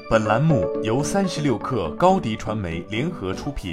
本栏目由36氪高迪传媒联合出品。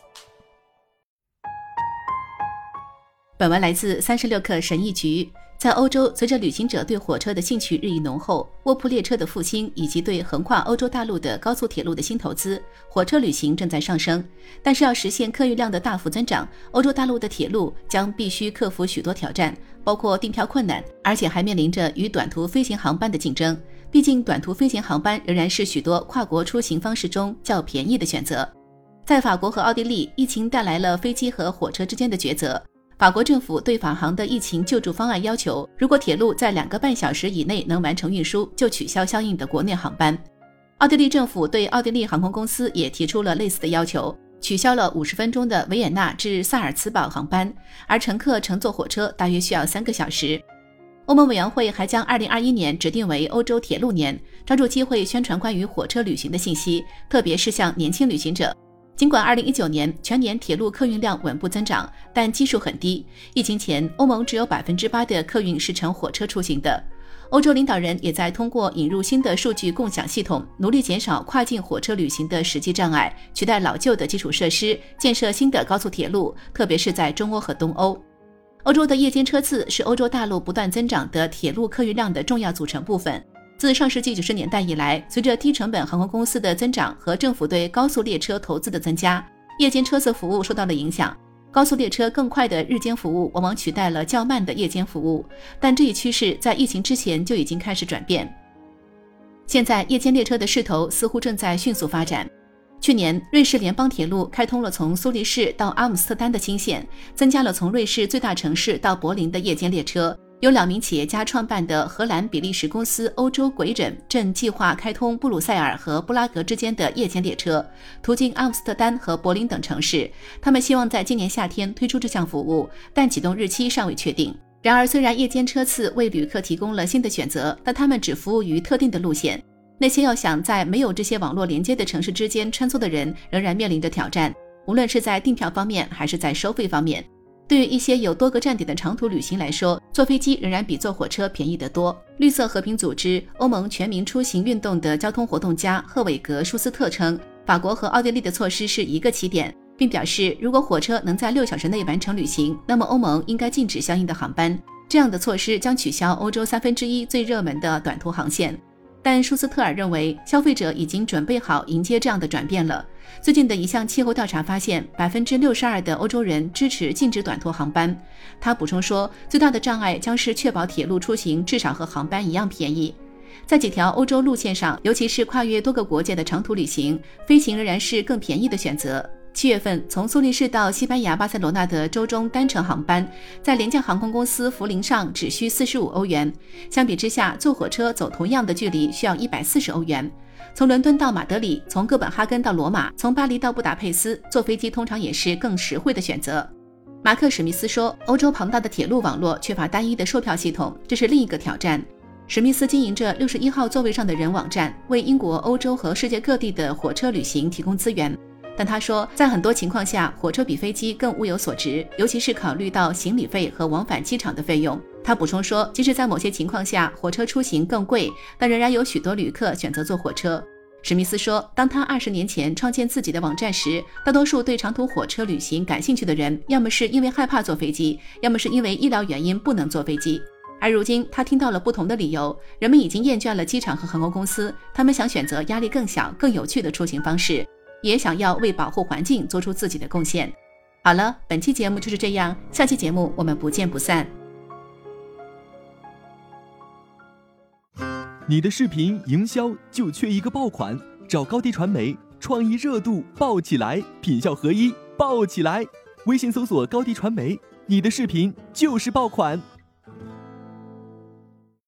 本文来自36氪神译局。在欧洲，随着旅行者对火车的兴趣日益浓厚，卧铺列车的复兴以及对横跨欧洲大陆的高速铁路的新投资，火车旅行正在上升。但是要实现客运量的大幅增长，欧洲大陆的铁路将必须克服许多挑战，包括订票困难，而且还面临着与短途飞行航班的竞争。毕竟短途飞行航班仍然是许多跨国出行方式中较便宜的选择。在法国和奥地利，疫情带来了飞机和火车之间的抉择。法国政府对法航的疫情救助方案要求，如果铁路在2个半小时以内能完成运输，就取消相应的国内航班。奥地利政府对奥地利航空公司也提出了类似的要求，取消了50分钟的维也纳至萨尔茨堡航班，而乘客乘坐火车大约需要3个小时。欧盟委员会还将2021年指定为欧洲铁路年，抓住机会宣传关于火车旅行的信息，特别是向年轻旅行者。尽管2019年全年铁路客运量稳步增长，但基数很低。疫情前，欧盟只有 8% 的客运是乘火车出行的。欧洲领导人也在通过引入新的数据共享系统，努力减少跨境火车旅行的实际障碍，取代老旧的基础设施，建设新的高速铁路，特别是在中欧和东欧。欧洲的夜间车次是欧洲大陆不断增长的铁路客运量的重要组成部分。自上世纪90年代以来，随着低成本航空公司的增长和政府对高速列车投资的增加，夜间车次服务受到了影响。高速列车更快的日间服务往往取代了较慢的夜间服务，但这一趋势在疫情之前就已经开始转变。现在夜间列车的势头似乎正在迅速发展。去年，瑞士联邦铁路开通了从苏黎世到阿姆斯特丹的新线，增加了从瑞士最大城市到柏林的夜间列车。由2名企业家创办的荷兰比利时公司欧洲轨忍正计划开通布鲁塞尔和布拉格之间的夜间列车，途经阿姆斯特丹和柏林等城市。他们希望在今年夏天推出这项服务，但启动日期尚未确定。然而，虽然夜间车次为旅客提供了新的选择，但他们只服务于特定的路线。那些要想在没有这些网络连接的城市之间穿梭的人，仍然面临着挑战，无论是在订票方面还是在收费方面。对于一些有多个站点的长途旅行来说，坐飞机仍然比坐火车便宜得多。绿色和平组织欧盟全民出行运动的交通活动家赫韦格·舒斯特称，法国和奥地利的措施是一个起点，并表示如果火车能在6小时内完成旅行，那么欧盟应该禁止相应的航班。这样的措施将取消欧洲1/3最热门的短途航线。但舒斯特尔认为，消费者已经准备好迎接这样的转变了。最近的一项气候调查发现，62%的欧洲人支持禁止短途航班。他补充说，最大的障碍将是确保铁路出行至少和航班一样便宜。在几条欧洲路线上，尤其是跨越多个国界的长途旅行，飞行仍然是更便宜的选择。7月份，从苏黎世到西班牙巴塞罗那的周中单程航班，在廉价航空公司福临上只需45欧元。相比之下，坐火车走同样的距离需要140欧元。从伦敦到马德里，从哥本哈根到罗马，从巴黎到布达佩斯，坐飞机通常也是更实惠的选择。马克·史密斯说，欧洲庞大的铁路网络缺乏单一的售票系统，这是另一个挑战。史密斯经营着61号座位上的人网站，为英国、欧洲和世界各地的火车旅行提供资源。但他说，在很多情况下，火车比飞机更物有所值，尤其是考虑到行李费和往返机场的费用。他补充说，即使在某些情况下，火车出行更贵，但仍然有许多旅客选择坐火车。史密斯说，当他20年前创建自己的网站时，大多数对长途火车旅行感兴趣的人，要么是因为害怕坐飞机，要么是因为医疗原因不能坐飞机。而如今，他听到了不同的理由，人们已经厌倦了机场和航空公司，他们想选择压力更小、更有趣的出行方式，也想要为保护环境做出自己的贡献。好了，本期节目就是这样，下期节目我们不见不散。 你的视频营销就缺一个爆款，找高迪传媒，创意热度爆起来，品效合一爆起来。微信搜索高迪传媒，你的视频就是爆款。